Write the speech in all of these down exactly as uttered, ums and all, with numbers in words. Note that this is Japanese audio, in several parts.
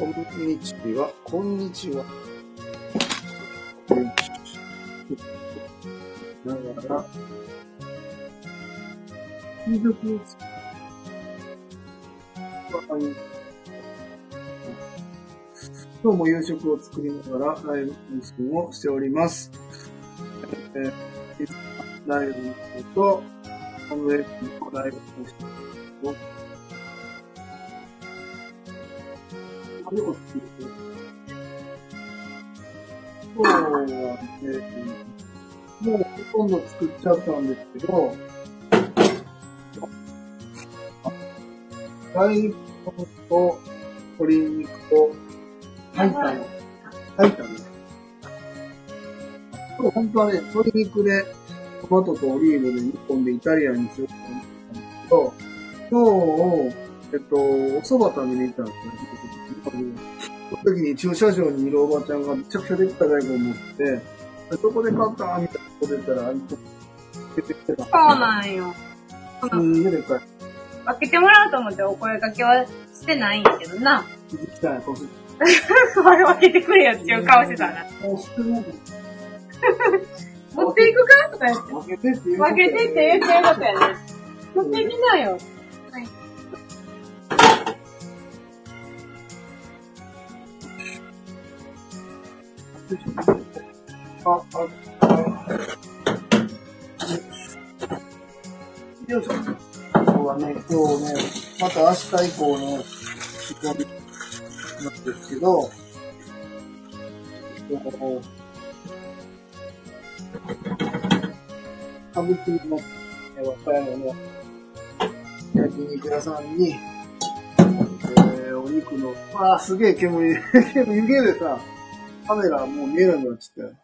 こんにちは。こんにちは。ながら、夕食を作る。今日も夕食を作りながらライブ配信をしております。えー、ライブと、このウェブのライブ配信を、今日はね、もうほとんど作っちゃったんですけど、大根と鶏肉と炊いたの。炊いたの。今日本当はね、鶏肉でトマトとオリーブで煮込んでイタリアンにしようと思ったんですけど、今日、えっと、お蕎麦食べに行ったんですよ。その時に駐車場にいるおばちゃんがめちゃくちゃできた大根を持って、そこで買ったみたいなこと言ったら、出てきてた。 そうなんよ。 うん、でかい。 分けてもらおうと思ってお声掛けはしてないんやけどな。 気づきたい、こうする。 分けてくれよっていう顔してたな。 もう知ってるもん。 持っていくかとか言って。 分けてって言う。 分けてって言ってることやね。持っていきなよ。はい。 あ、あ、あ、よいしょ。今日はね、今日ね、また明日以降ね、仕込みなんですけど、歌舞伎の和歌山の焼肉屋さんに、えー、お肉の、あーすげえ煙、煙、湯気でさ、カメラもう見えなくなっちゃって。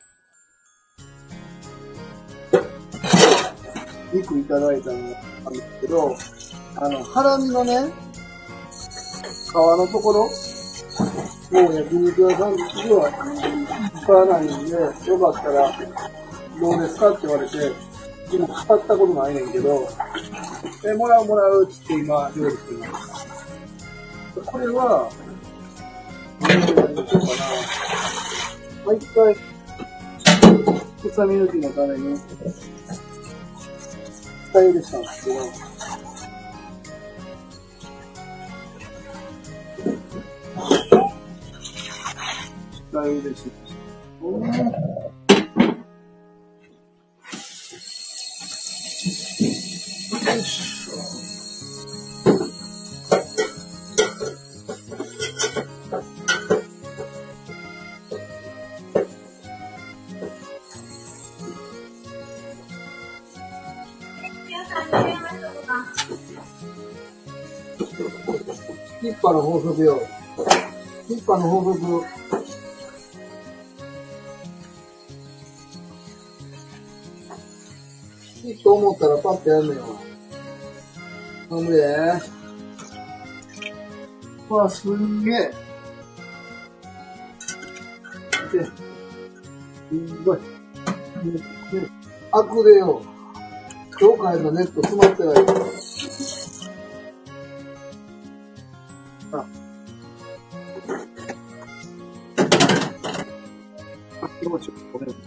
肉いただいたのがあるんですけど、あの、ハラミのね、皮のところ、もう焼肉屋さんでは使わないんで、よかったら、どうですかって言われて、今使ったことないねんけど、え、もらうもらうって言って今、料理してます。これは、何にしようかな。毎回、臭み抜きのために、下茹でしたんですけど、下茹でしました。よいしょ。キッパの法則よ。キッパの法則。いいと思ったらパッとやるのよ。頼むで。うわ、すんげえ。で、すごい。アクでよ。今日帰るのネット詰まってないよ。あ。気持ちよくごめん。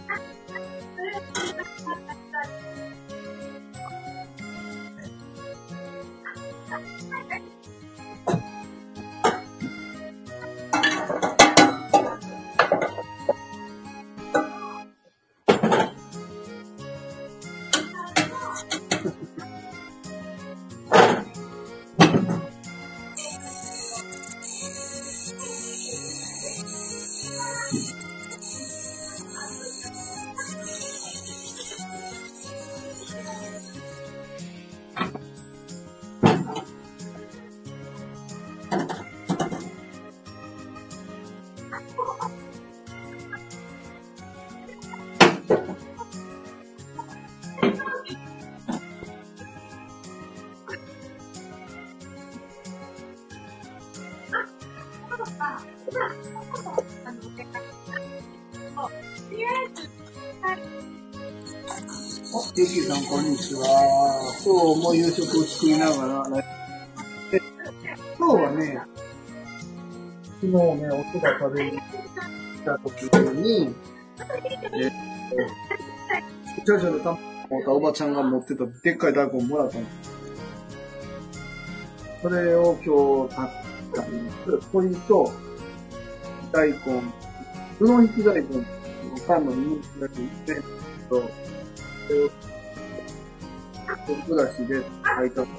ゆきさん、こんにちは。今日も夕食を作りながら、今日はね、 昨日ね、おそば食べに来た時に、えっと、ジャジャのた持ったおばちゃんが持ってたでっかい大根もらったの。それを今日買ったんです。鶏と大根、うどん引き大根、パンの人気だけで、と、ブラシで炊いたので、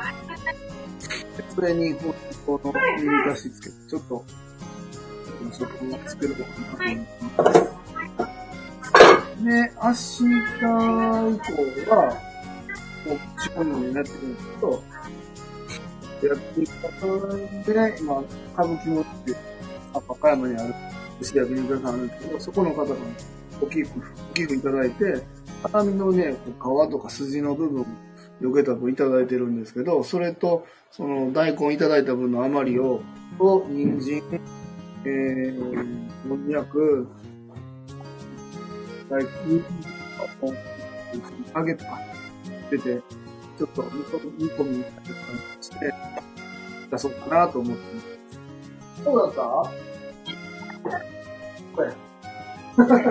それにこの煮出しつけて、ちょっと、食を作ることかなと思ってます。で、明日以降は、もう、仕込みになってるんですけど、やっていく方で、今、歌舞伎のっていう、和歌山にある、牛焼肉屋さんあるんですけど、そこの方がお寄付、お寄付いただいて、ハラミのね、皮とか筋の部分、よけた分いただいてるんですけど、それと、その大根いただいた分の余りを、と、人参、えー、こんにゃく、大根、揚げとか出て、ちょっと煮込みにして出そうかなと思ってます。どうだったこれ。えそう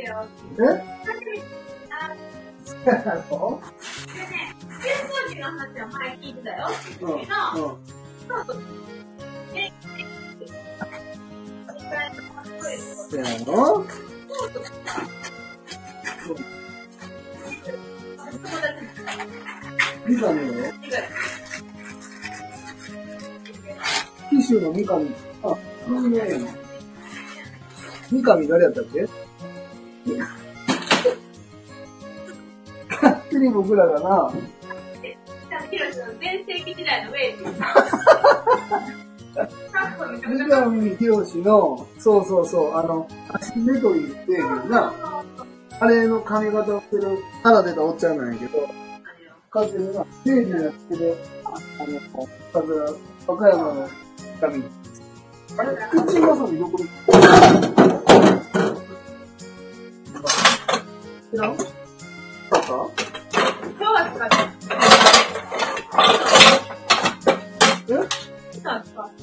なの？ でね、扇風機の話は前聞いてたよ。うん。うん。そうそう。え、 そうなの？三上の九州の三上。あ、いいね。三上誰やったっけ？勝手に僕らがな。 ヒロシの全盛期時代のウェイジ。 三上ヒロシの、そうそうそう、あの、足メトリーっていうな、あれの髪型をしてる、腹出たおっちゃんなんやけど、かつてのステージのやつで、あの、かずら、和歌山の髪。あれ、口まさにどこに知らん？使った？ 今日は使った。 え？ 今は使った。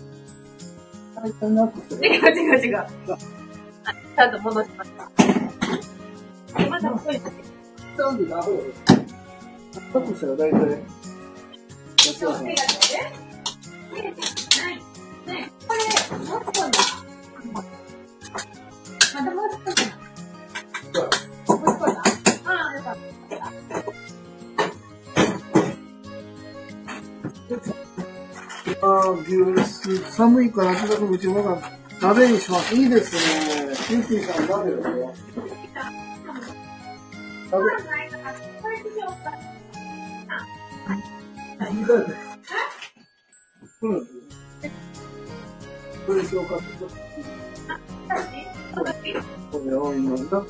大体なくて。 違う違う違う。ちゃんと戻しました。まだ遅いです。 なんでなるよ。なくしたら大体。やってますね。 ね、これ、もう一本だ。まだもう一本だ。もう一本だ。ああ、よかった。 ああ、牛、寒いから暖かくうちもが鍋にします。いいですね。ゆきさん鍋だよ。鍋。うん。これしようかって。これを今だ。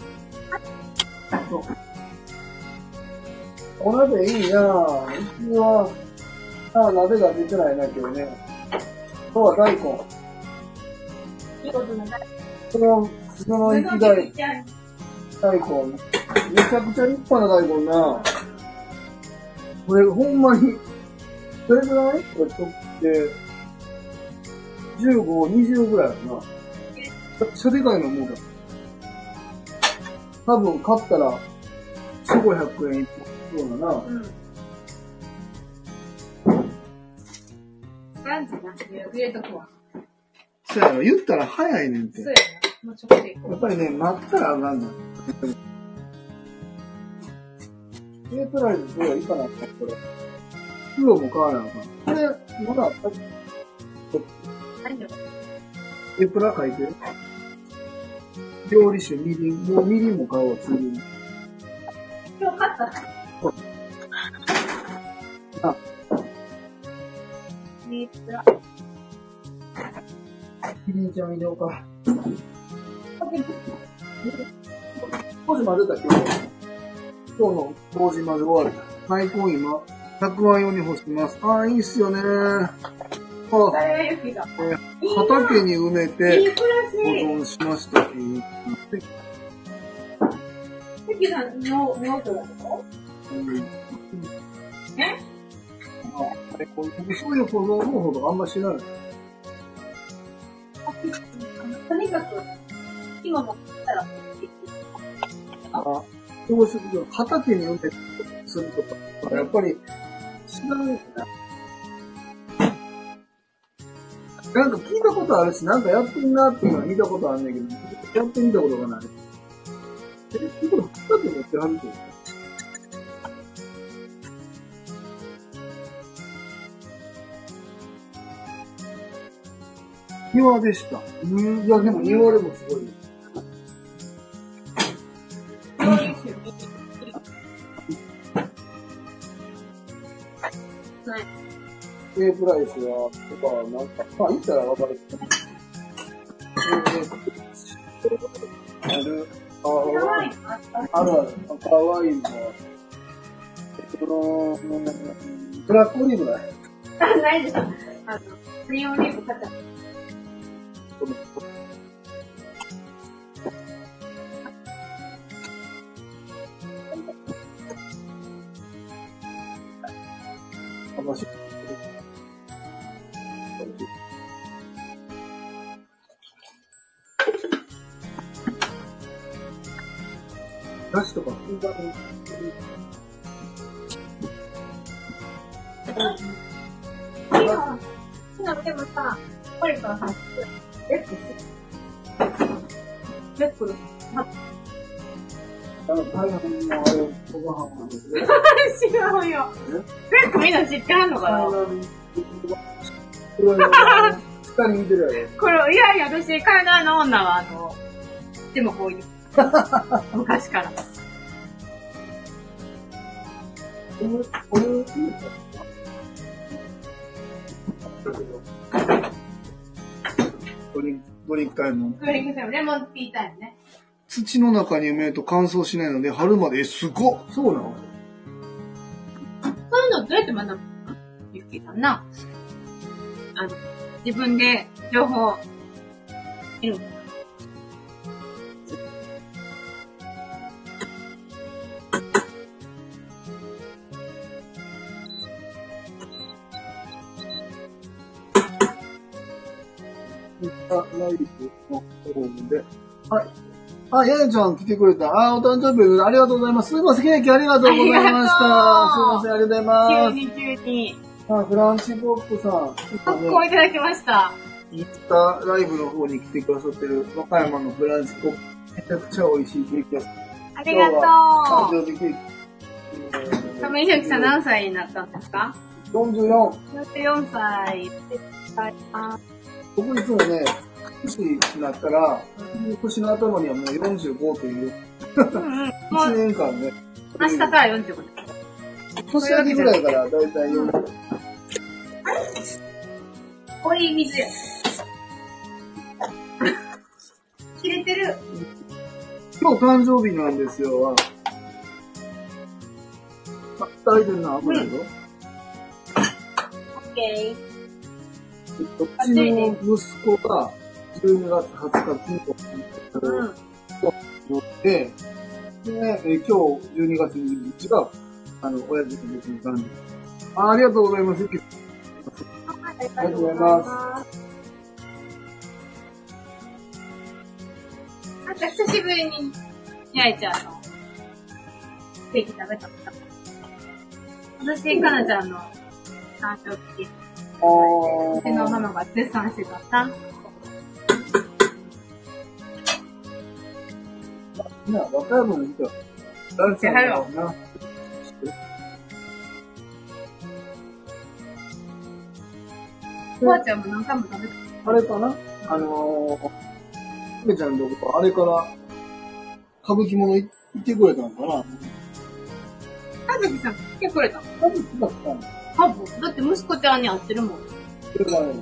お鍋いいなぁ。うちは、ああ、鍋が出てないなけどね。今日は大根。この、その一大、大根。めちゃくちゃ立派な大根な。これほんまに、どれぐらいこれとって、じゅうご、にじゅうぐらいやな。めっちゃでかいのもうだ。多分買ったら、よんひゃく、ごひゃくえんいくそうだな。うん。 ランチな、入れとくわ。 そうやろ、言ったら早いねんって。 そうやな。もうちょっとでいこう。 やっぱりね、待ったらあかんの。軽トライズどうやいいかなこれ。袋も買わなあかん。これ、まだあったっけ？ 何よ。 エプラ書いてる？料理酒、みりん。もうみりんも買おう、ついでに。 今日買ったあ。 みつら。 みりんちゃん入れようか。ごじまでだっけ？今日のごじまで終わった。大根今、たくあん用に干してます。ああ、いいっすよね。ああ、 誰ゆきが。 えー、畑に埋めて保存しました。 関さんのノートだと？うん。え？ あれ、こういう、そういう保存方法とかあんま知らない。 とにかく、今もったら、 あ、どうすると、畑に運転するとか、やっぱり、違うんだ。なんか聞いたことあるし、なんかやってんなっていうのは見たことあるんだけど、やってみたことがない。え、これ畑持ってはるってこと？庭でした。うん、いや、でも庭でもすごい。A プライスは、とか、なんか、まあ、言ったら分かるけど。ある、ああるある、赤ワインも、その、ブラックオリーブない？ あ、ないです。あの、グリーンオリーブ買った。 だしとか、聞いたことない。今、でもさ、これから入って、レックス。レックス。 あの、大半のあれ、ご飯なんですね。 知らんよ。レックみんな知ってはんのかな？ これ、下に見てるやろ。 これ、いやいや、私、体の女は、あの、でもこういう。昔から。 これ、これ、ドリンク、ドリンクタイム。 ドリンクタイム、レモンティータイムね。 土の中に埋めると乾燥しないので、春まで、え、すごっ！そうなの？ そういうのどうやって学ぶの？ゆっきーさんな。あの、自分で情報、得るの。 ライブのホームで。はい。あ、ややちゃん来てくれた。あ、お誕生日ありがとうございます。すいません、ケーキありがとうございました。すいません、ありがとうございます。 急に急に。 あ、フランチポップさん。 発行いただきました。 インスタライブの方に来てくださってる和歌山のフランチポップ。めちゃくちゃ美味しいケーキです。 ありがとう。 誕生日ケーキ。 亀井ひろきさん何歳になったんですか？ よんじゅうよん。 よんじゅうよんさい。 僕いつもね、年になったら、年の頭にはもうよんじゅうごという、 うんうん、いちねんかんね。 明日からよんじゅうごです。 年明けぐらいからだいたいよんじゅうご。 濃い水や。切れてる。 今日誕生日なんですよ。あ、大変な危ないぞ。 オッケー。 うちの息子がじゅうにがつはつか金庫にで、で、え今日じゅうにがつにじゅうににちが、あの、親父の別の誕生日。あ、ありがとうございます。 ありがとうございます。なんか久しぶりに、にゃいちゃんのケーキ食べたこと。私、かなちゃんの誕生日。うちのママが絶賛してたさ。 な、和歌山の人は、大好きだろうな。 おばあちゃんも何回も食べた。 あれかなあのー、めちゃんのとこあれから、歌舞伎物行ってくれたのかなはずきさん来てくれたの？ はずきが来たの？ 多分。だって息子ちゃんに会ってるもん。 それがね、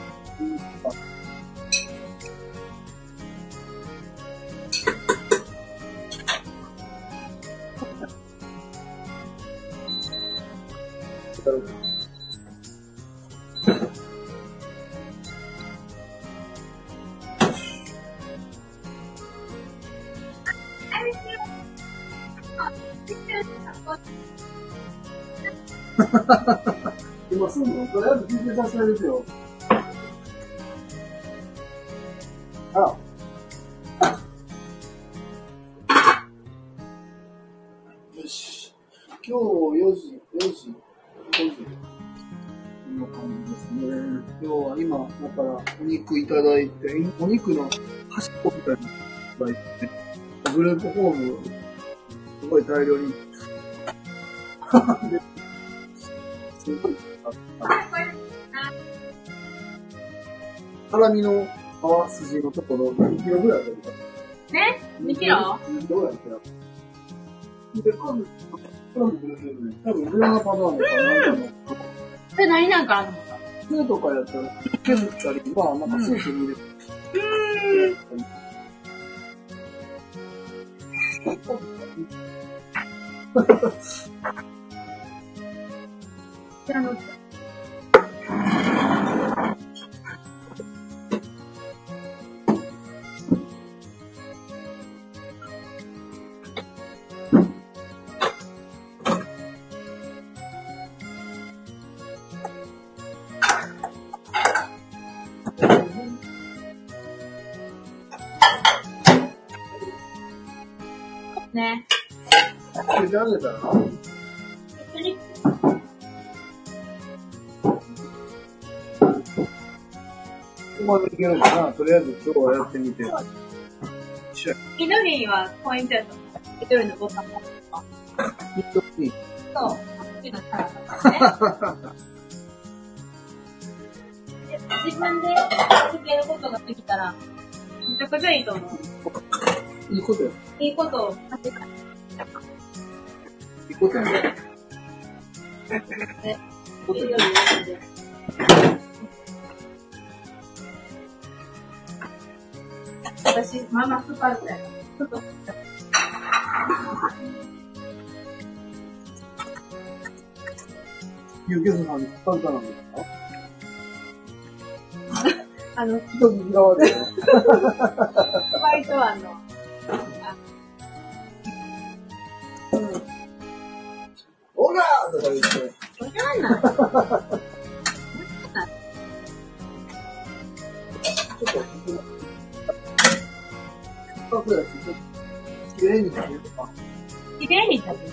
今すぐとりあえず聞いてさせてですよ。 あら。よし。今日よじ、よじ、ごじ。こんな感じですね。今日は今、だからお肉いただいて、お肉の端っこみたいなのいただいて、グループホーム、すごい大量に。すごい。ハラミの皮筋のところ、何キロぐらいあるかね ?にキロにキロぐらいあるで、今度、多分、多分、裏のパターンのかなんかの。 それ何なんかなと思った。 スーとかやったら、削ったり、まあ、なんかスープに入れて。うーん。 じゃあの、ね。 これであげたらここまでいけるかな。とりあえず今日はやってみて。 イドリーはポイントやと思う。イドリーのボタンも。 イドリー。 そう。イドリーのサラダね。自分で続けることができたら、めちゃくちゃいいと思う。 いいことや。 いいことをさせたい。 いいことやね。 ね。いいようにやるんで。私、ママスパルタや。ちょっと。 ゆうけずさんにスパルタなんですかあの、 一つ側で。 割とあの、うん。 オラーとか言って。 わかんない。ちょっと、ちょっと、きれいに食べるとか。 きれいに食べる。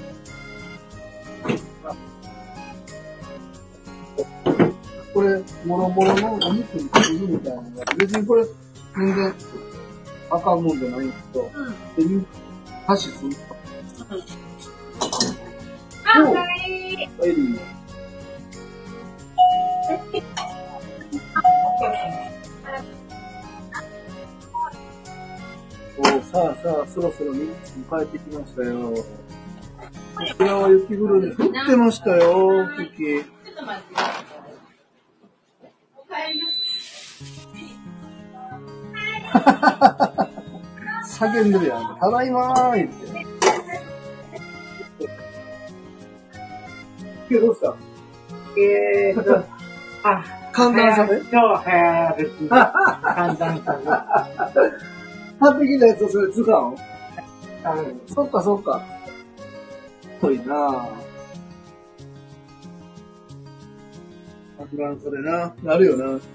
これ、もろもろのお肉にするみたいなのが、別にこれ、全然、あかんもんじゃないんですけど、うん。箸するとか。 うん。あ、かわいい。 かわいい。おさあさあ、そろそろみんな帰ってきましたよ。こちらは雪降るに降ってましたよ、雪。 ちょっと待って。お帰りなさい。叫んでるやん。ただいまーいって。今日どうしたえーと、あ、 寒暖差で今日は早歩き。寒暖差で。 買ってきたやつをそれ使うのあのそっかそっか。遅いなぁ。寒暖差でな。なるよな。うん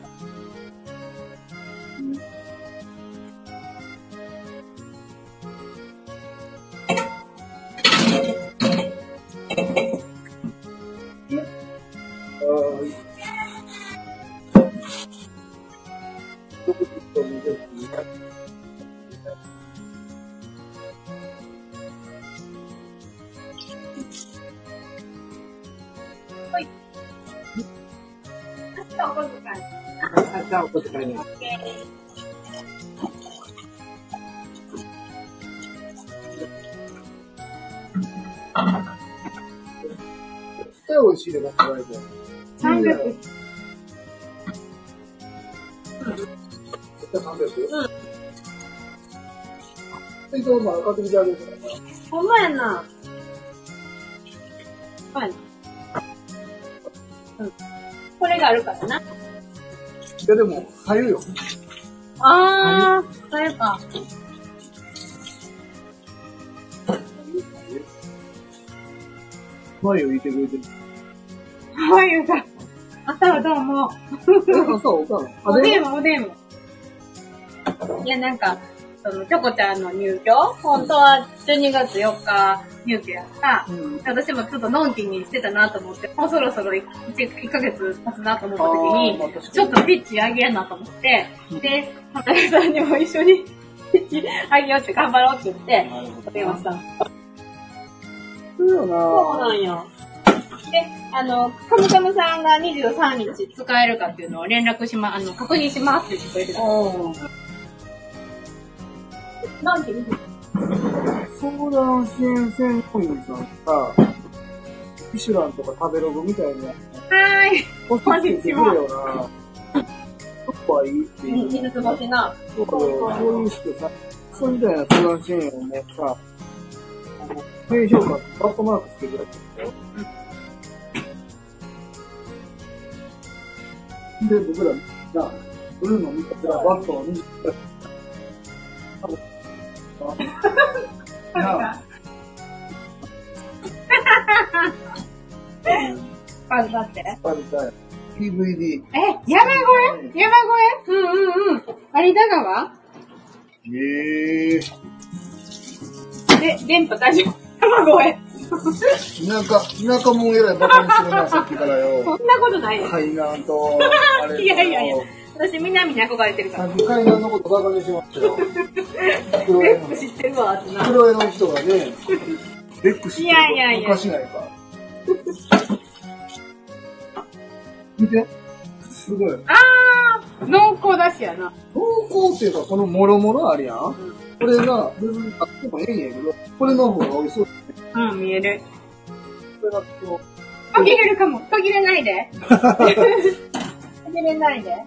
お小遣い。 あ、じゃあお小遣いね。 絶対美味しいで、僕が言うと。 さんびゃく。 絶対さんびゃく？うん。水筒も買ってきてあげるからな。 ほんまやな。ほんまやな。うん。これがあるからな。 いやでも、入るよ。 あー、それか。 前をいてくれてる。 はい、ゆうさん。朝はどうも。 え、朝おかん。 おでんもおでんも。 いや、なんか、その、チョコちゃんの入居本当はじゅうにがつよっか入居やった。うん、私もちょっとのんきにしてたなと思って、もうそろそろ いっ, いっかげつ経つなと思った時に、ちょっとピッチ上げやなと思って、うん、で、畑さんにも一緒にピッチ上げようって頑張ろうって言って、電話したの。 そうよなそうなんや。で、あの、カムカムさんがにじゅうさんにち使えるかっていうのを連絡しま、あの、確認しますって言ってくれてた。なんて言うの？ 相談支援専門員さんが、ミシュランとか食べログみたいな。 はーい。 こんにちは。そこはいいっていう。 水つぼしな。 そうそういう人さ、そうみたいな相談支援をね、さ、低評価、バットマークつけてやってるよ。で、僕らが、ブルーの見たら、バットをにじゅうなあ。 パズだって。 パズだよ。ピーブイディー。 え、山越え山越えうんうんうん。有田川ええー。で、電波大丈夫山越え。田舎、田舎もんえらいバカにするな、さっきからよ。 そんなことないです。 海南と、あれ。 いやいやいや。私、南に憧れてるから。 さっき海南のことバカにしましたよ。 黒江の。知ってるわ、ってな。 黒江の人がね、レック知ってる。 いやいやいや。 おかしないか。見て。すごい。 あー、濃厚だしやな。 濃厚っていうか、このもろもろあるやん。うん、これが、別にあってもええんやけど、これの方が美味しそうですね。 うん、見える。 これがこう。途切れるかも。途切れないで。途切れないで。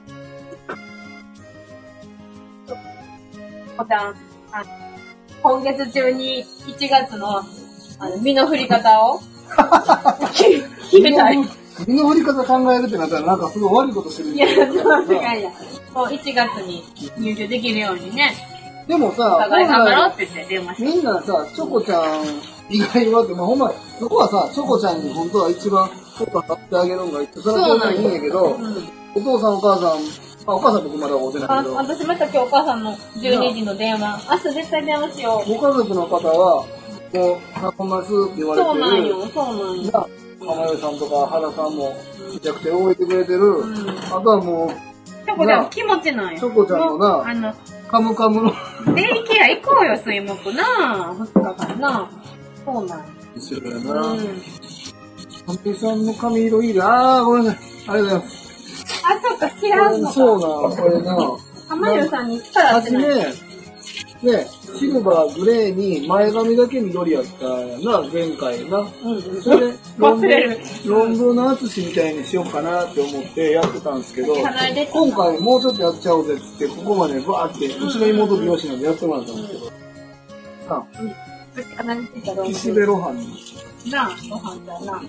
ボタン、あ今月中にいちがつの、あの、身の振り方を決めたい。 身の振り方考えるってなったらなんかすごい悪いことしてる。 いや、そういやいや。もういちがつに入手できるようにね。 でもさ、 お互い頑張ろうって言って電話して。 みんなさ、チョコちゃん以外はって、まあ、ほんま、そこはさ、チョコちゃんに本当は一番ちょっと買ってあげるのがいい。それは全然いいんやけど、うん、お父さんお母さん、あ、お母さん僕まだ会うてないけど。 あ、私また今日お母さんのじゅうにじの電話。明日絶対電話しよう。 ご家族の方は、もう、頼ますって言われてる。 そうなんよ、そうなんよ。 浜代さんとか原さんも、めちゃくちゃ覚えてくれてる。うん、あとはもう、 チョコちゃん気持ちなんよ。 チョコちゃんのな、あの、カムカムの。 デイケア行こうよ、水木な。ふつかかんな。そうなんよ。 一緒だよな。うん。浜代さんの髪色いいな。あー、ごめんなさい。ありがとうございます。 あ、そっか、知らんのか。 そうな、これな。 浜代さんに来たらってね。 ね、シルバー、グレーに前髪だけ緑やったやな、前回な。うん。それで、 忘れる。 ロンドンの淳みたいにしようかなって思ってやってたんですけど、今回もうちょっとやっちゃおうぜっつって、ここまでバーって、うちの妹美容師なんでやってもらったんですけど。なあ。岸辺露伴に。 なあ、露伴だな。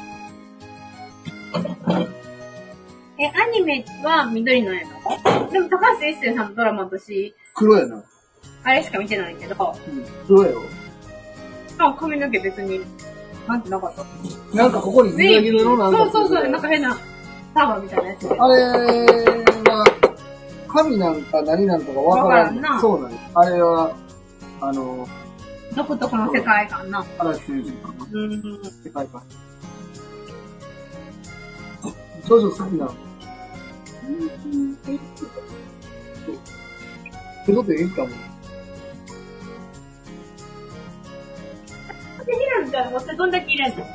え、アニメは緑のやの？でも高橋一生さんのドラマとし、 黒やな。 あれしか見てないけど。 うん、黒やろ。 あ、髪の毛別に、なんてなかった。 なんかここにギラギラのなんか。 そうそうそう、なんか変なタワーみたいなやつ。 あれは、髪なんか何なんとかわからん。わからんな。そうなの。あれは、あの、 独特の世界観な。 荒木先生かな。 うん。 世界観。少々好きな。うん。え、ってことでいいかも。 で、ひらみちゃん、持ってどんだけ入れんの？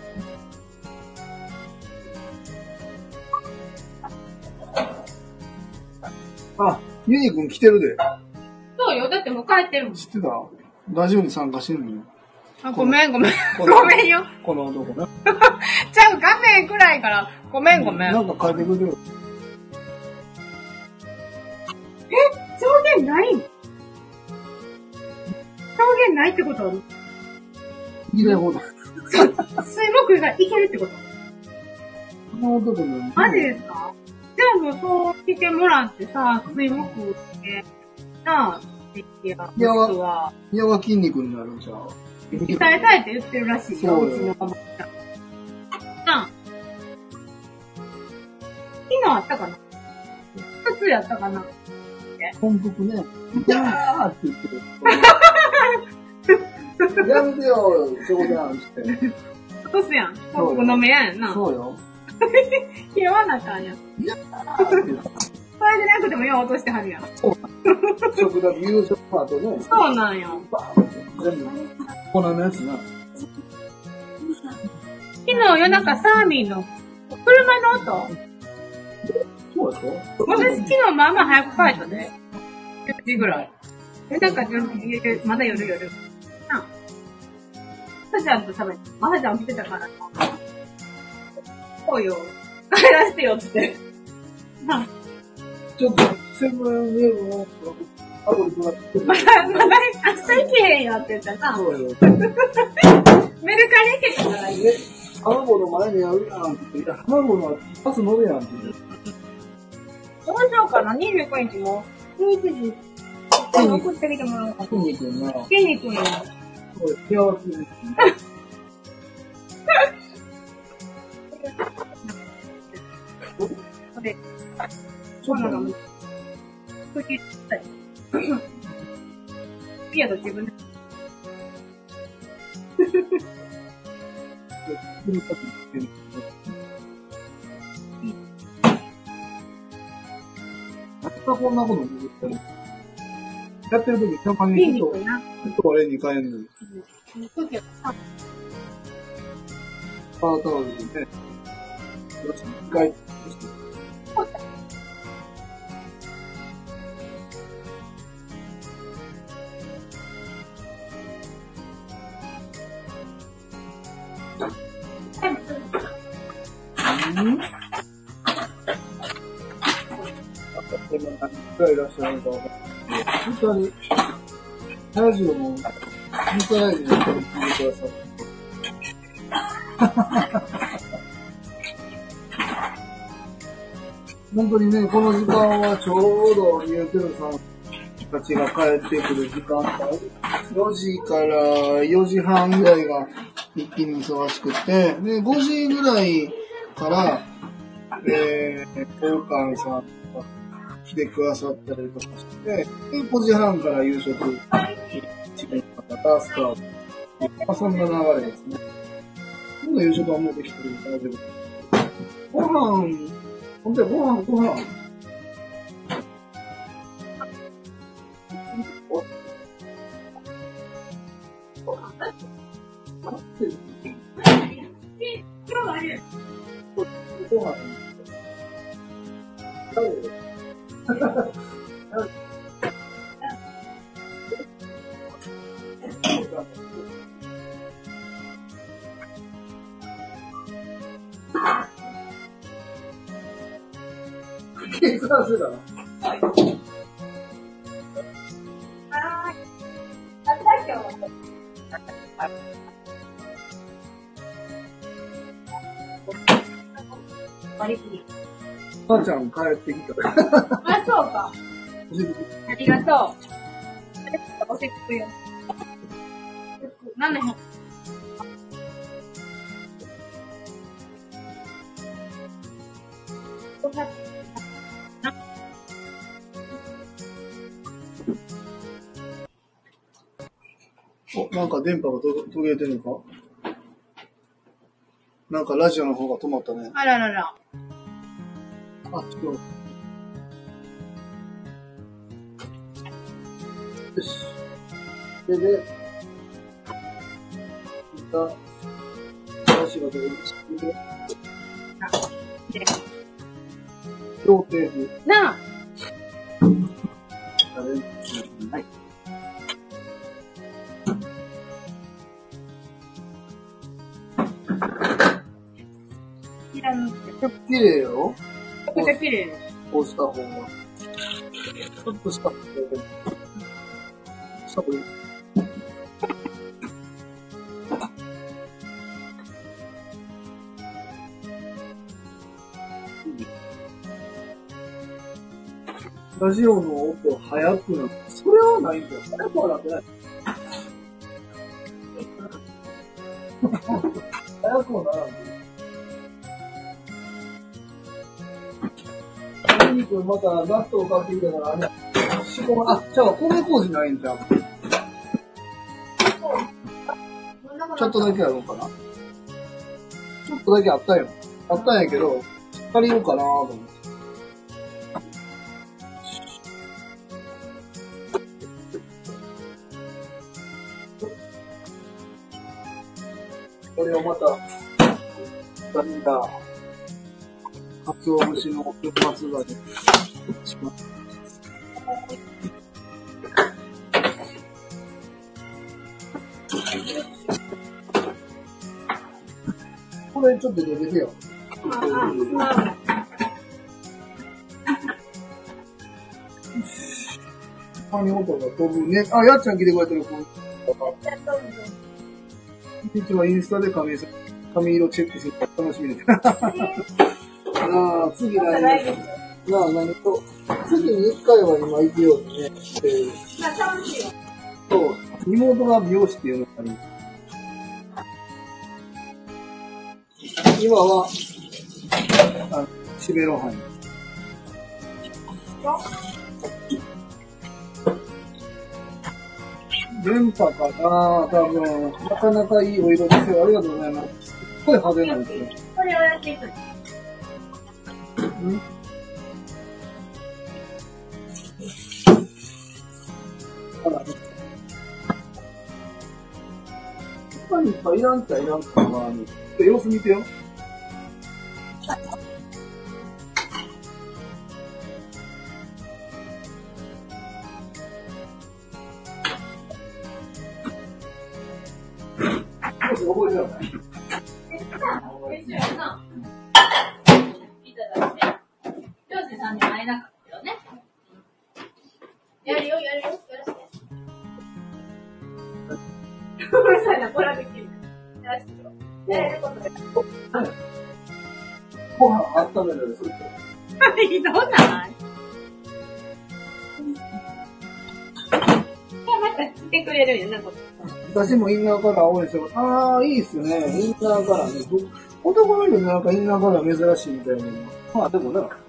あ、ユニくん来てるで。 そうよ、だってもう帰ってるもん。 知ってた？ラジオに参加してるのよ。 あ、ごめんごめん。ごめんよ。 この男な。 ちゃう、画面くらいから、ごめんごめん。 なんか書いてくれてる。 え？上限ないの？上限ないってことはいないほど。 水木がいけるってこと？ この男の。 マジですか？じゃあもうそう来てもらってさ、水木ってさ、いや、 いやは、いやは筋肉になるんちゃう？ 鍛えたいって言ってるらしいよ、うちのママちゃん。なあ。昨日あったかな？普通やったかな？ て。 本服ね。いやーって言ってる。やめてよ、そこじゃんって。 落とすやん。本服飲めやんな。 そうよ。 拾わなあかんやん。 いやーって言って。 それでなくてもよう落としてはるやん。 そう。食だけ優勝パートね。 そうなんよ。 全部、粉のやつな。 昨日夜中サーミンの車の音そうでしょ私昨日まあまあ早く帰ったで。じゅうじぐらい。え、なんかまだ夜夜。なあ。まさちゃんと喋って、まさちゃん起きてたから。そうよ。帰らせてよって。なあ。 ちょっと、セブンイレブンを、アプリとかって。 まだ、まだ、明日行けへんよって言ったな。 そうよ。 メルカリ行けたからいい。 卵の前にあるやんって言って、いや、卵のパス乗るやんって言って。 どうしようかな、にじゅうごにちも。じゅういちじ。送ってきてもらおうかな。 筋肉な。 筋肉に。 そうです。幸せです。 で、そうなの。そういう、ピアノ自分で。 またこんなこと言ってる。やってる時、たまにちょっと、ちょっと俺に帰るのに。パータオルでね、一回、うんでも何回いらっしゃるか分かんないけど、本当に、ラジオも、インスタライブで聞いてくださって。本当にね、この時間はちょうど、ゆうてるさんたちが帰ってくる時間帯、よじからよじはんぐらいが一気に忙しくて、で、ごじぐらいから、えー、交換さんとか来てくださったりとかして、で、ごじはんから夕食、一年の方、スタート。まあ、そんな流れですね。今度夕食はもうできてるんで大丈夫。ご飯、ほんとにご飯、ご飯。ご飯。計算してたな。 はい。はい。あったよ。割り切り。 母ちゃん帰ってきた。 あ、そうか。ありがとう。おせっくよ。何の日お、なんか電波がと途切れてるのか？なんかラジオの方が止まったね。 あららら。 あ、ちょっと。よし。それで、また、ラジオでおしくで、協定図。 なあ。 はい。綺麗よ。 めちゃくちゃ綺麗です。 こうした方が。ちょっとした方が。した方がいい。ラジオの音早くなる。それはないんだよ。早くはなってない。早くはならん。お肉また納豆買ってきたから、あれ、 しこま、あ、じゃあ米麹ないんじゃん。ちょっとだけあるのかな。ちょっとだけあったよ。あったんやけど、足りるかなと思って。これをまた、何だ、かつお節の一発がでします。これちょっと出てけよ。髪音が飛ぶね。あ、やっちゃん来てくれてる。いつもインスタで髪色チェックするの楽しみです。ああ、次何なあ、何と、次に一回は今行くようにね。そう、妹が美容師っていうのがある。今は、あの、シベロハン。電波かな多分、なかなかいいお色ですよ。ありがとうございます。すっごい派手なんですよ。 これをやっていく。 んあら、他にさ、いらんちゃいらんかな様子見てよ。覚えてない。 漁師さんに会えなかったよね。やるよ、やるよ、やらせて。ごめんなさいな、これはできる。やらせてよ。やれることで。 ご飯温めるよ、それと。 ひどないまた来てくれるよな、これ。 私もインナーカラー多いですよ。ああ、いいっすね。インナーカラーね。男の人なんかインナーカラー珍しいみたいな。まあでもな。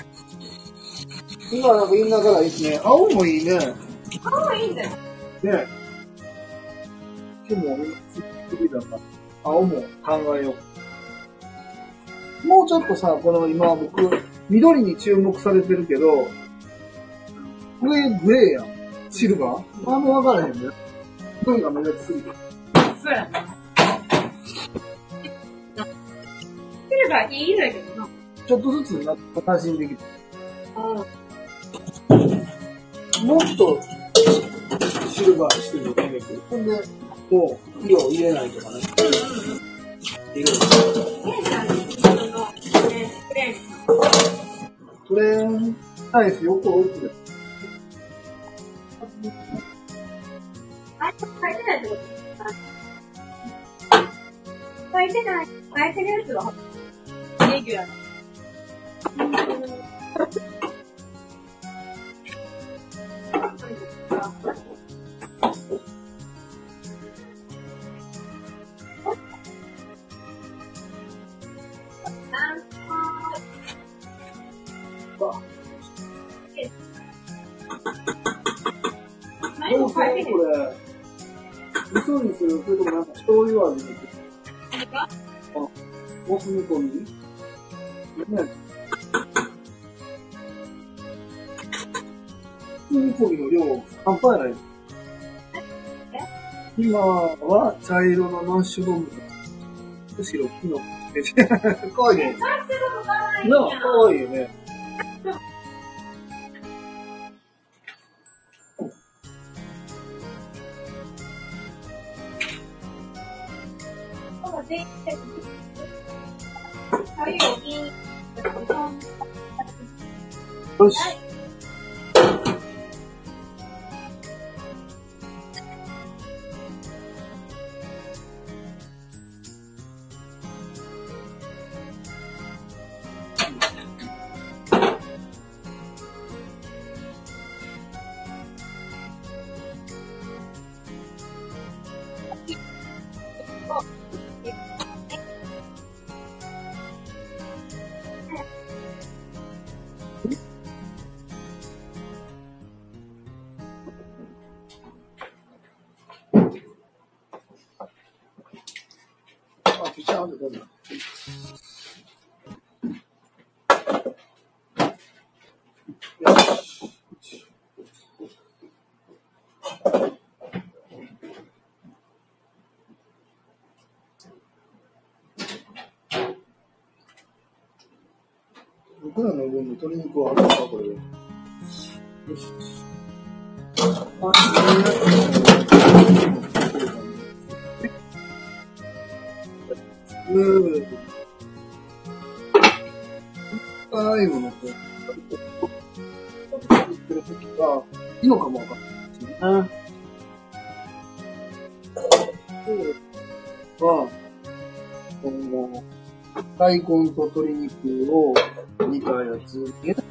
今なんかインナーカラーいいっすね。青もいいね。 青いいんだよ。 ね今日も次だから青も考えよう。もうちょっとさ、この今僕、緑に注目されてるけど、これグレーやん。シルバーあんま分からへんね。緑が目立ちすぎて。 そうやな。シルバーいい色やけどな。 ちょっとずつな、安心できる。 うん。 もっとシルバーにしてるのね。ほんで、もう色を入れないとかね。入れる。プレーンタイス横置いてる。 あ、書いてないってこと書いてない。書いてるやつはレギュラーな。 どうするこれ。味噌にするそれともなんか醤油味にする。 何か？ あ、モス煮込みね。モス煮込みの量、半端やない。今は茶色のマッシュドーム。むしろ木の。かわいいね。なあ、かわいいよね。よし。 ゃあ、どうぞ。僕らの分の鶏肉はあるのか、これ。よし。あ、うん。最後のこう、言ってる時が、いいのかもわかんないですね。は、この、大根と鶏肉を煮たやつに、はい。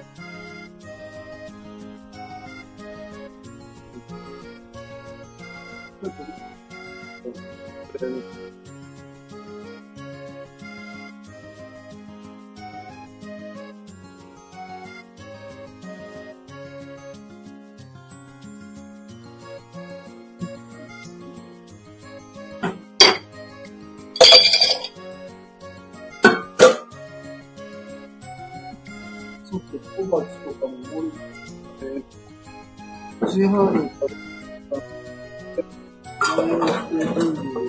ちょっと、これね。ちょっと小鉢とかも盛り付けて、市販に食べた、マヨネーズを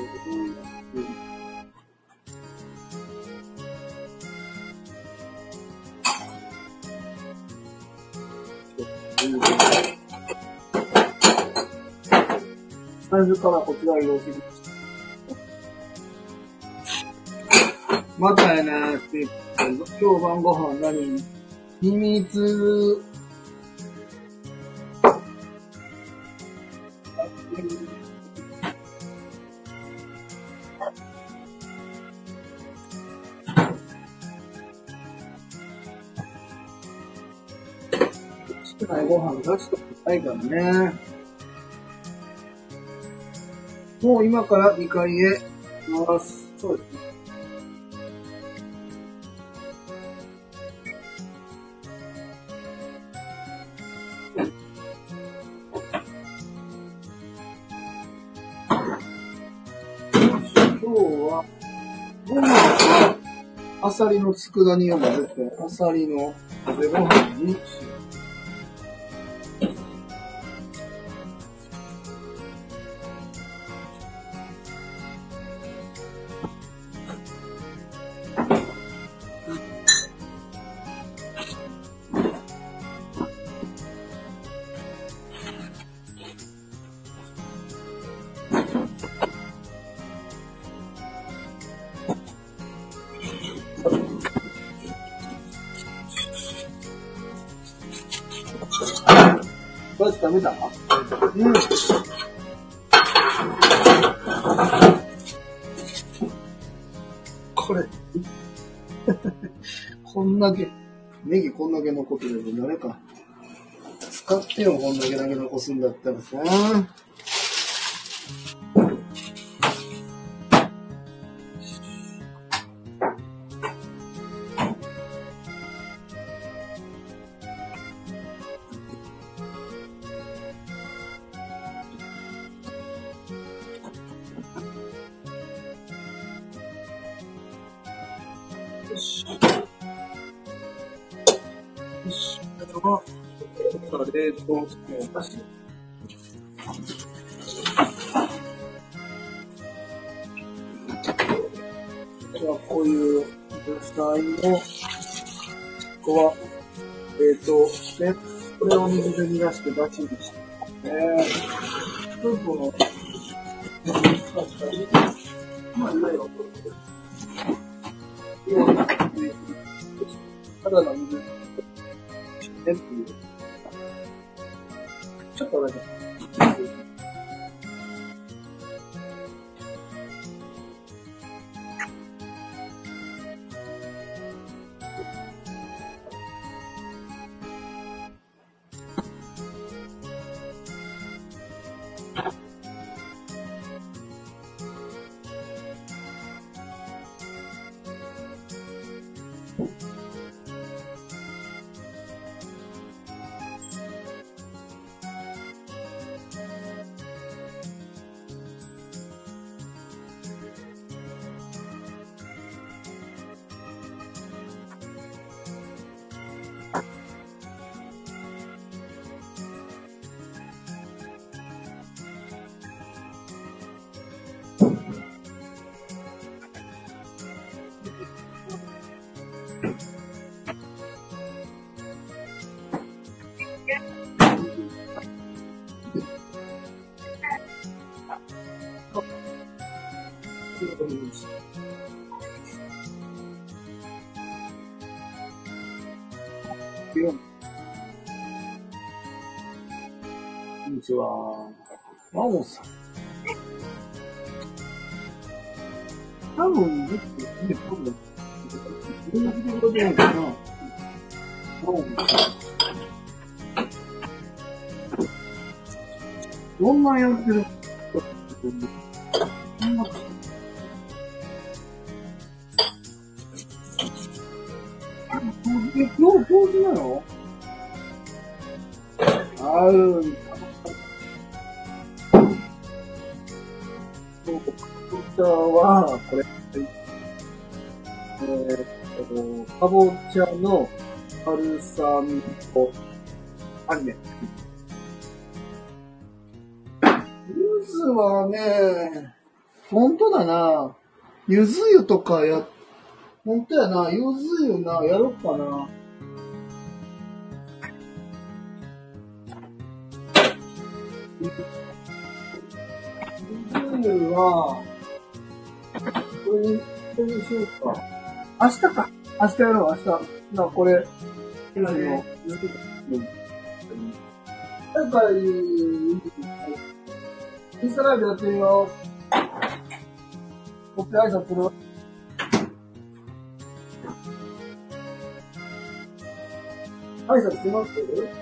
最初からこちら色を切りました。またやなーって言って、今日晩ご飯何秘密。少ないご飯出しとかないからね。もう今からにかいへ行きます。そうですね。今日は、ご飯は、アサリの佃煮を混ぜて、アサリの混ぜご飯にします。これ食べた？うん。これ、こんだけ、ネギこんだけ残ってるけど、誰か、使ってよ、こんだけだけ残すんだったらさ。よし。よし。これは、冷凍しておかしい。じゃあ、こういう野菜の、ここは、冷凍して、これを水で煮出して出汁にしてね。スープの、使ったり、まあ、いろいろと。ただの水ねっていう。ちょっとだけ。 こんにちは。マモさん。多分、ずっと、ね、多分、自分の仕事でやるかな。マモさん。どんなんやってるそんな、え、今日、教授なのあるんだ。そう、こちらは、これ、えーっと、かぼちゃのバルサミコアニメ。ゆずはね、ほんとだな。ゆず湯とかや、ほんとやな。ゆず湯な、やろっかな。ゆず湯は、これに、これにしようか。明日か。明日やろう、明日。な、これ、今の、やっぱり、インスタライブやってみよう。僕挨拶する。挨拶しますけど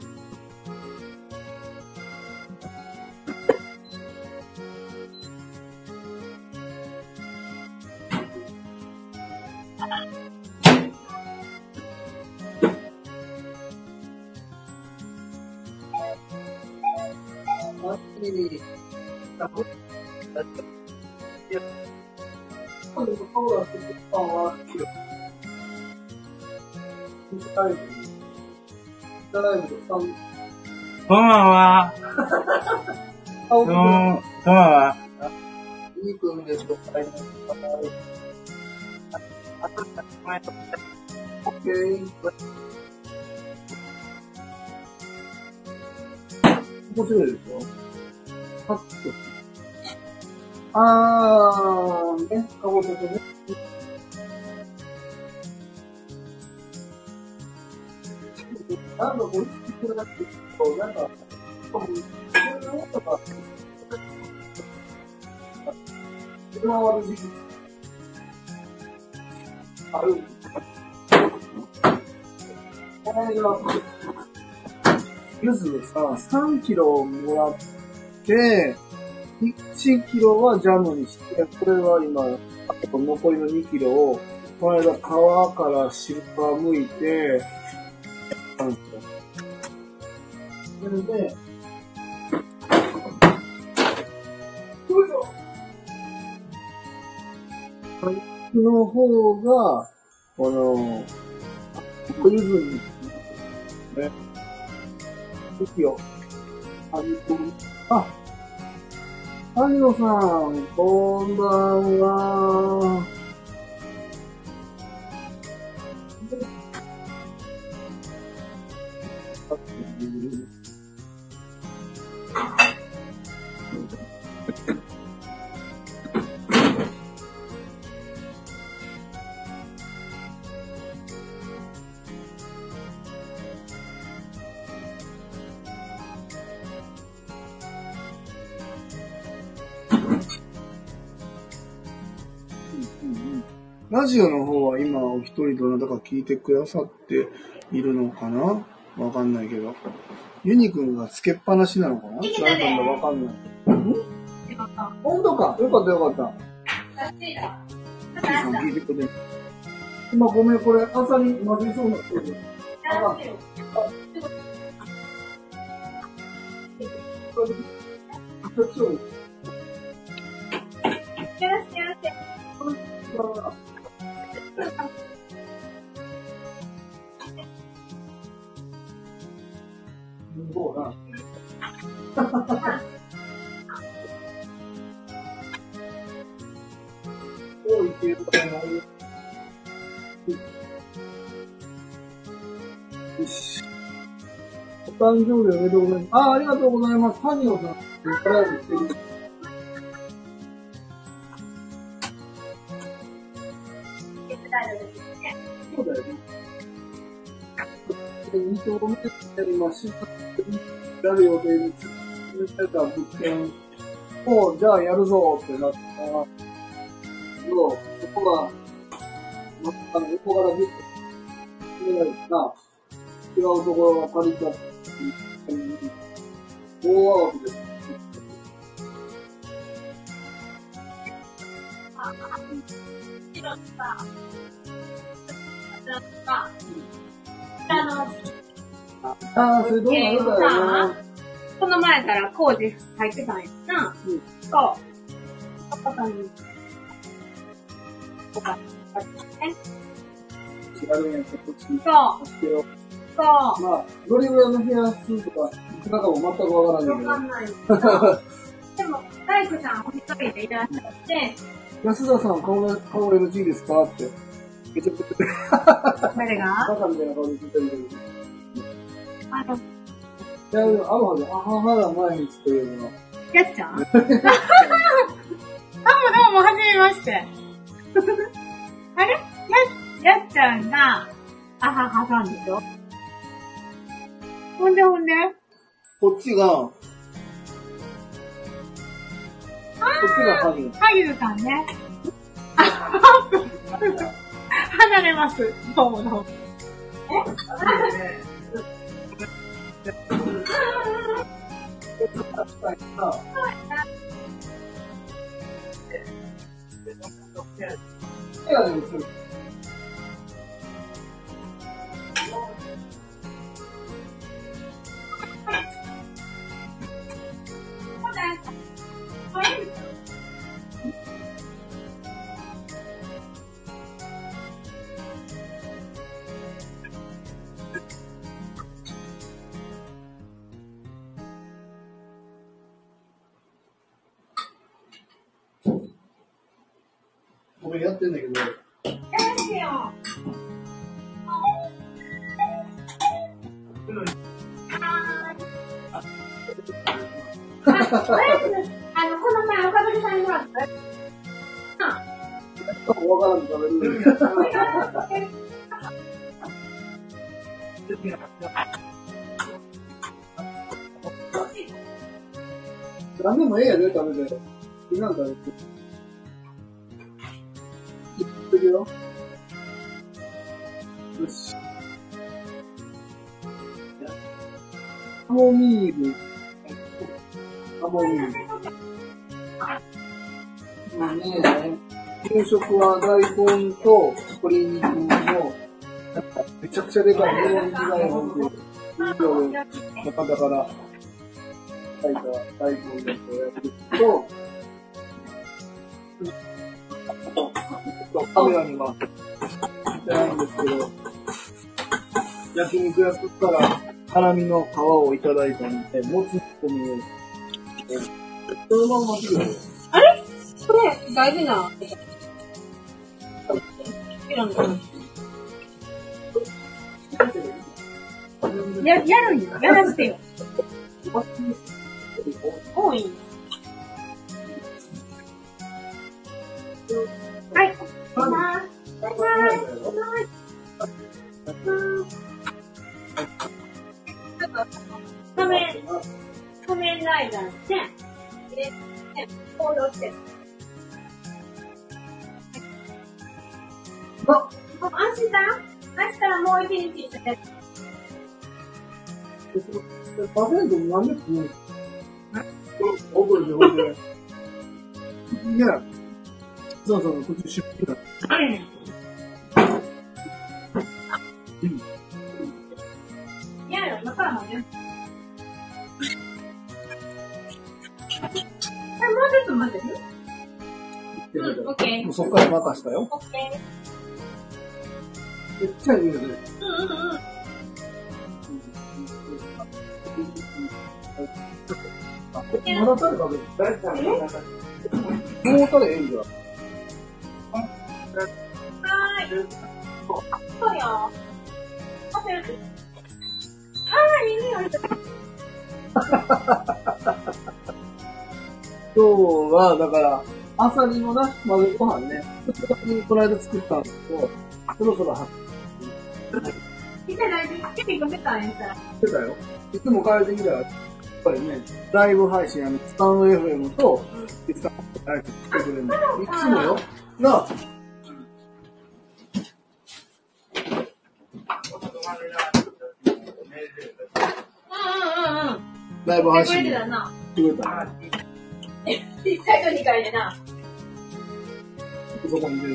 こんばんは。どうも、こんばんは。 いい君でしょうか。オッケー。面白いでしょパッと。あー、ね、かぼちゃとね。なんかこう、これだけど、なんか、こう、そういうことが、車割る時期、ある。この間、ゆずさ、さんキロもらって、いちキロはジャムにして、これは今、あと残りのにキロを、この間皮から汁が剥いて、それで、よいしょ。この方が、この、お湯分に、ね。ですよ。あ、谷野さん、こんばんは。ラジオの方は今お一人どなたか聞いてくださっているのかな？わかんないけど。ユニくんがつけっぱなしなのかな？なんだわかんない。ん？本当か。よかったよかった。聞いてくれ。今ごめん、これ朝に混ぜそうなってる。あかん。そう。そうな。 多いっていうこともよし。お誕生日おめでとうございます。あ、ありがとうございます。ハニオさん。ライブしてる。そうだよね。に棟目で今、新作やる予定に決めてた物件を、じゃあやるぞってなったけど、そこが、あの、横からずっと決められたら、違うところが借りたっていう、大慌てです。ああ、それどうなるかよな。 この前から工事入ってたんやな。うん。そう。パパさんに。とか、ね。 違うんやけど、こっちに。 そう。そう。 まあ、どれぐらいの部屋数とか、いくらかも全くわからないけど。 わかんない。でも、大工さんお一人でいらっしゃって、 安田さん、顔、顔 エヌジー ですかって。めちゃくちゃ。誰がバカみたいな顔で聞いてるけど。 あの、 いや、アロハで、あははが毎日というのは。 やっちゃんどうもどうも、はじめまして。あれや、やっちゃんが、あははさんでしょほんでほんでこっちが、こっちがハギ。 ハギルさんね。離れます。どうもどうも。え俺やってんだけど。 やってよ。あの、この前おかぶりさんにもらった。 わからんと食べる。何でもええやで、食べて。いらん食べて。いってるよ。よし。カモミール。カモミール。今ね、給食は大根と鶏肉の、めちゃくちゃでかいメロン時代を見て、以上で、中だから、炊いた大根でやると、カメラには見てないんですけど、焼肉屋食ったら、辛みの皮をいただいたので、もつ込みを、そのまま待ってくれる。 あれこれ、大事な。や、やるんよ。やらせてよ。多い。はい。バイバイ。バイバイ。ちょっと、仮面、仮面ライダーね。で、行動してる。 あ、 もう安心だ明日はもう一日一緒で。 食べると何で食うの？覚えて覚えて。いや、そうそう、こっち出費だ。うん。 いやいや、今からもね。もうちょっと待ってる？うん、オッケー。 もうそっから任したよ。 オッケー。 めっちゃいいよね。 うんうんうん。 まだタレ食べる？もうタレええんじゃん。 そうよ。あ、いいよ。 今日は、だから、アサリのな、混ぜご飯ね、ちょっとだけこの間作ったんですけど、そろそろ発見てないで、来てくれたんやったら。 来てたよ。いつも帰ってきたら、やっぱりね、ライブ配信、あの、スタンド エフエム と、スタンド エフエム 来てくれるんだよ。いつもよ。なあ。 うんうんうん。 ライブ配信。 来てくれてたな。 来てくれた。 いっかいとにかいでな。 そこに出る。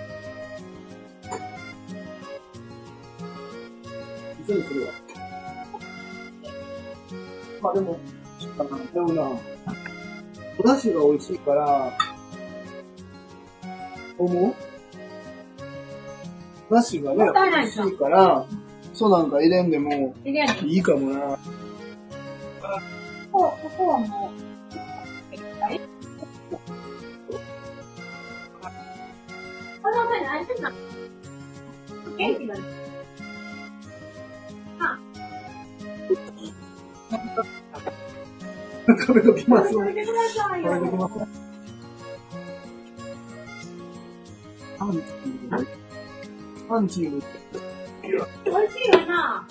一緒にするわ。まあでも、でもな、お出汁が美味しいから、思う？出汁がね、美味しいから、そうなんか入れんでもいいかもな。 ここ、ここはもう、この前何してたの？元気だね。あ。 食べときます。 食べてくださいよ。 食べときます。パンチーム。パンチーム。 美味しいよな。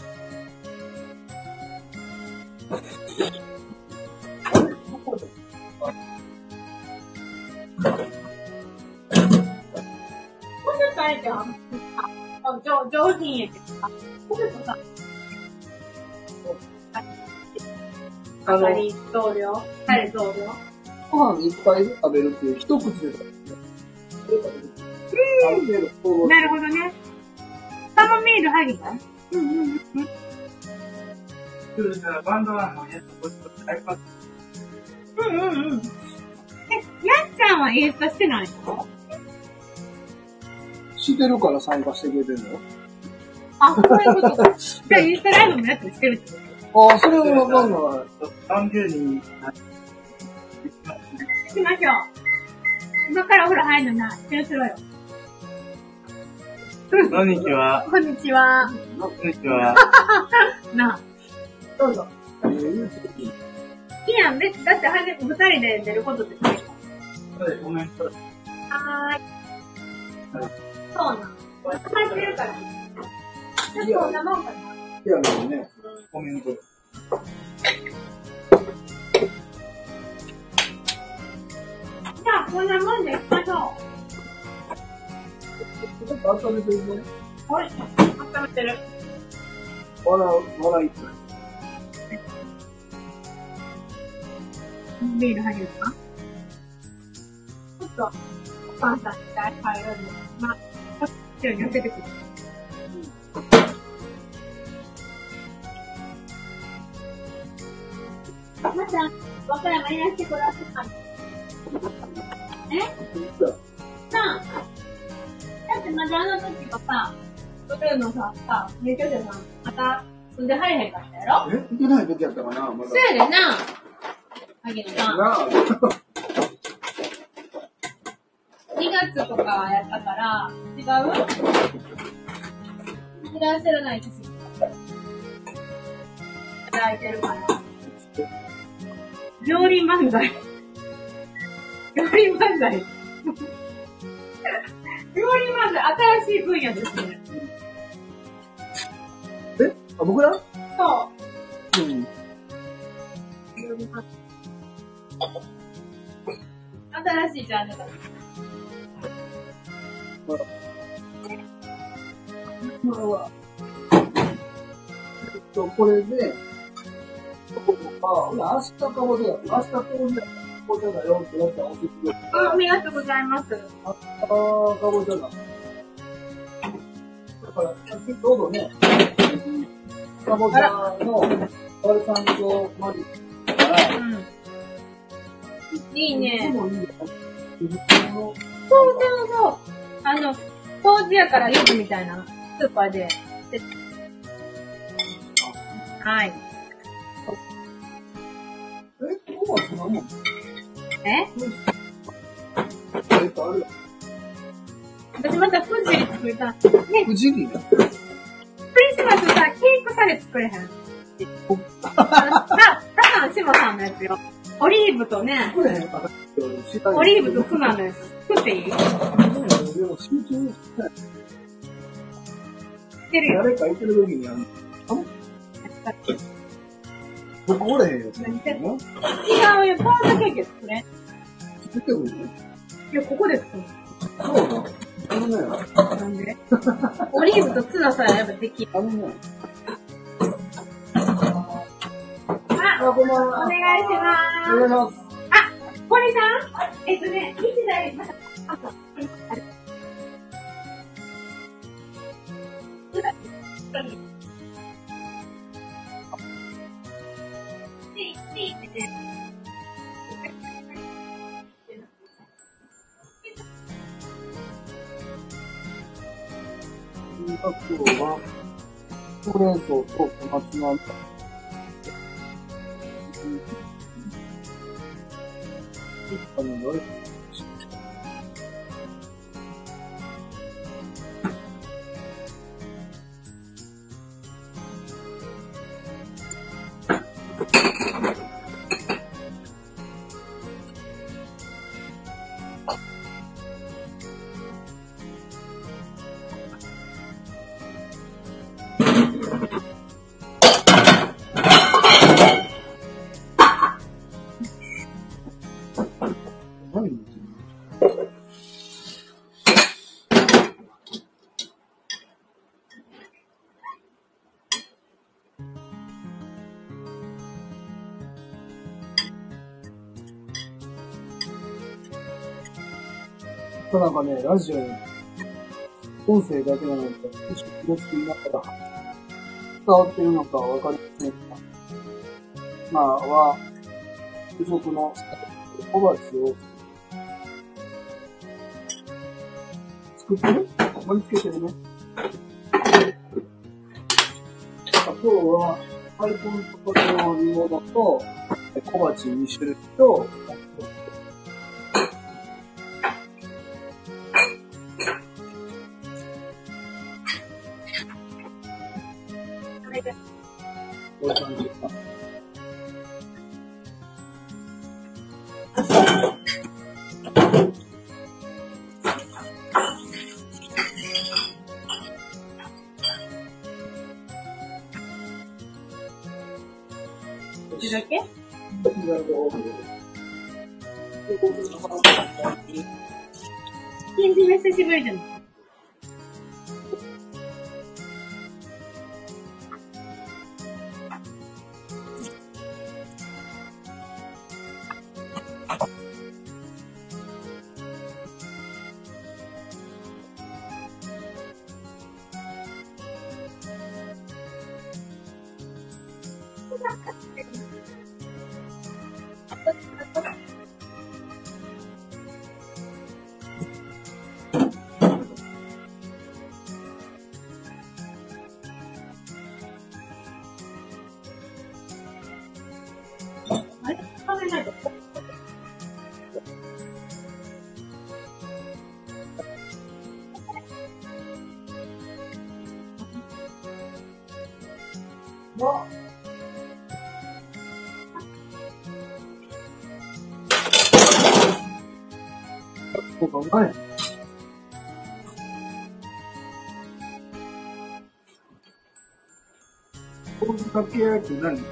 ポテトあれじゃん。あ、上、上品やけどさ。ポテトさ。あさり同量、タレ同量。 ご飯いっぱい食べるっていう一口で食べる。 うん。なるほどね。カモミール入るか？うんうんうん。 バンドワンのやつ、こっちこっち iPad。 うんうんうん。え、やっちゃんはインスタしてないの？ してるから参加してくれてるの？ あ、そういうことか。じゃあインスタライブのやつしてるってこと？ ああ、それはわかんない。 さんじゅうにん。 行きましょう。今からお風呂入るのな、一緒にするわよ。 こんにちは。 こんにちは。 こんにちは。 なあ。どうぞ。いいやん、別、だってはじめ、二人で出ることってないから。 はい、コメント。 はーい。そうなん。入ってるから。ちょっとこんなもんかな。 いや、でもね、 コメント。 じゃあ、こんなもんで行きましょちょっと温めてるね。 う。はい。温めてる。 わら、わらいっぱい。 ビール入るか？ちょっと、お母さんに大入るんで、まあ、こっちに寄せてくる。また、和歌山いらしてください。え？さあ、だってまだあの時はさ、ブルーのさ、さ、入居者さん、また住んではれへんかったやろ？ え、いけない時やったかな、まだ。 そうやでな。萩野さん。 なあ。 にがつとかやったから、違う？いらっしゃらないですよ。いただいてるから。料理漫才。料理漫才。料理漫才、新しい分野ですね。 えあ、僕ら？ そう。 うん。 料理漫才。新しいジャンルだ。 まあは、えっと、これで、ここが、明日かぼちゃだ。明日かぼちゃ、かぼちゃだよってなったら教えてくれ。 あ、ありがとうございます。 あ、かぼちゃだ。だから、どうぞね、かぼちゃの、バルサミコマリから、 うん。いいね。 そうそうそう。あの、当時やからよくみたいな、スーパーで。はい。 え、ここはそんなもん？ え？ えっと、あれだ。 私またフジリ作りたい。ね、 富士リクリスマスさ、ケークされ作れへん。あ、たさん、しもさんのやつよ。オリーブとね、 作れへんかった。 オリーブとツナのやつ。作っていい？ でも集中してない。 してるよ。 誰かいてる時にあの、あれ僕おれへんよ。 何言ってんの？違うよ、パウンドケーキ作れん。 作ってくる？ いや、ここで作る。 そうだ。あのね。 なんで？オリーブとツナさえやればできる。 あのね。 あ、 あ、こんばんは。 お願いします。 お願いします。 あ、堀さん？えっとね、一台、また、あと、 今日は、ほうれん草と小松菜。あの、よい何なんかね、ラジオに、音声だけなのか、少し気持ちになったら、伝わっているのかわかりませんが、今は、付属の小鉢を作ってる？盛り付けてるね。今日は、パイプのところの煮物と、小鉢に種類と、こういう感じですか。 うちだけ？全然久しぶりじゃない。あれ？食べないと。わ。 そうか、うまい。このかけ焼き何？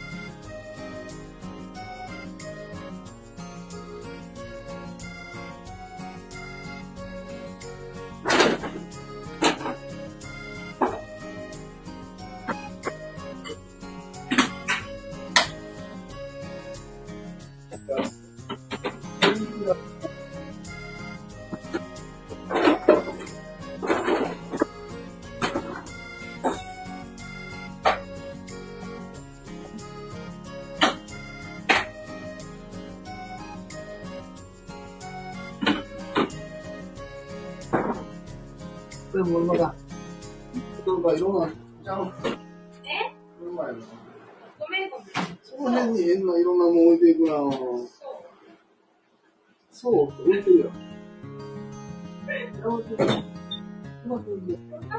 でもまだ、なんかいろんな、じゃん。 え？ うまいな。 ごめんごめん。 その辺に変ないろんなもん置いていくな。そう、置いてるよ。 どうするどうするんですか？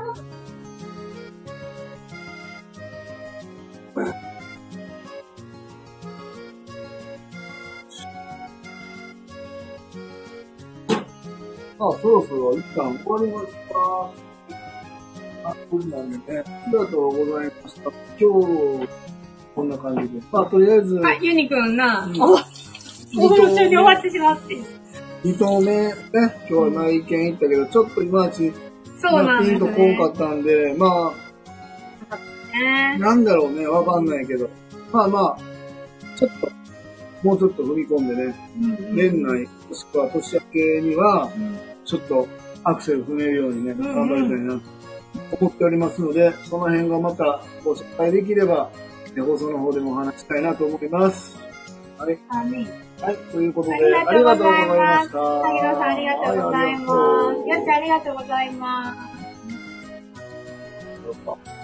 あ、そろそろ一旦終わりました。あ、こんなんでね。ありがとうございました。今日、こんな感じで。まあ、とりあえず。 あ、ユニくんな。うん、お、一緒に終わってしまって。 二投目ね、今日は内見行ったけど、ちょっといまいち、 そうなんですね。 ピンとこんかったんで、まあ、 ね、 なんだろうね、わかんないけど。まあまあ、ちょっと、もうちょっと踏み込んでね、うんうん、年内、もしくは年明けには、ちょっとアクセル踏めるようにね、うんうん、頑張りたいなと思っておりますので、その辺がまたご紹介できれば、放送の方でもお話したいなと思います。はい。はい、ということで、ありがとうございました。 萩野さんありがとうございます。よっちゃんありがとうございます。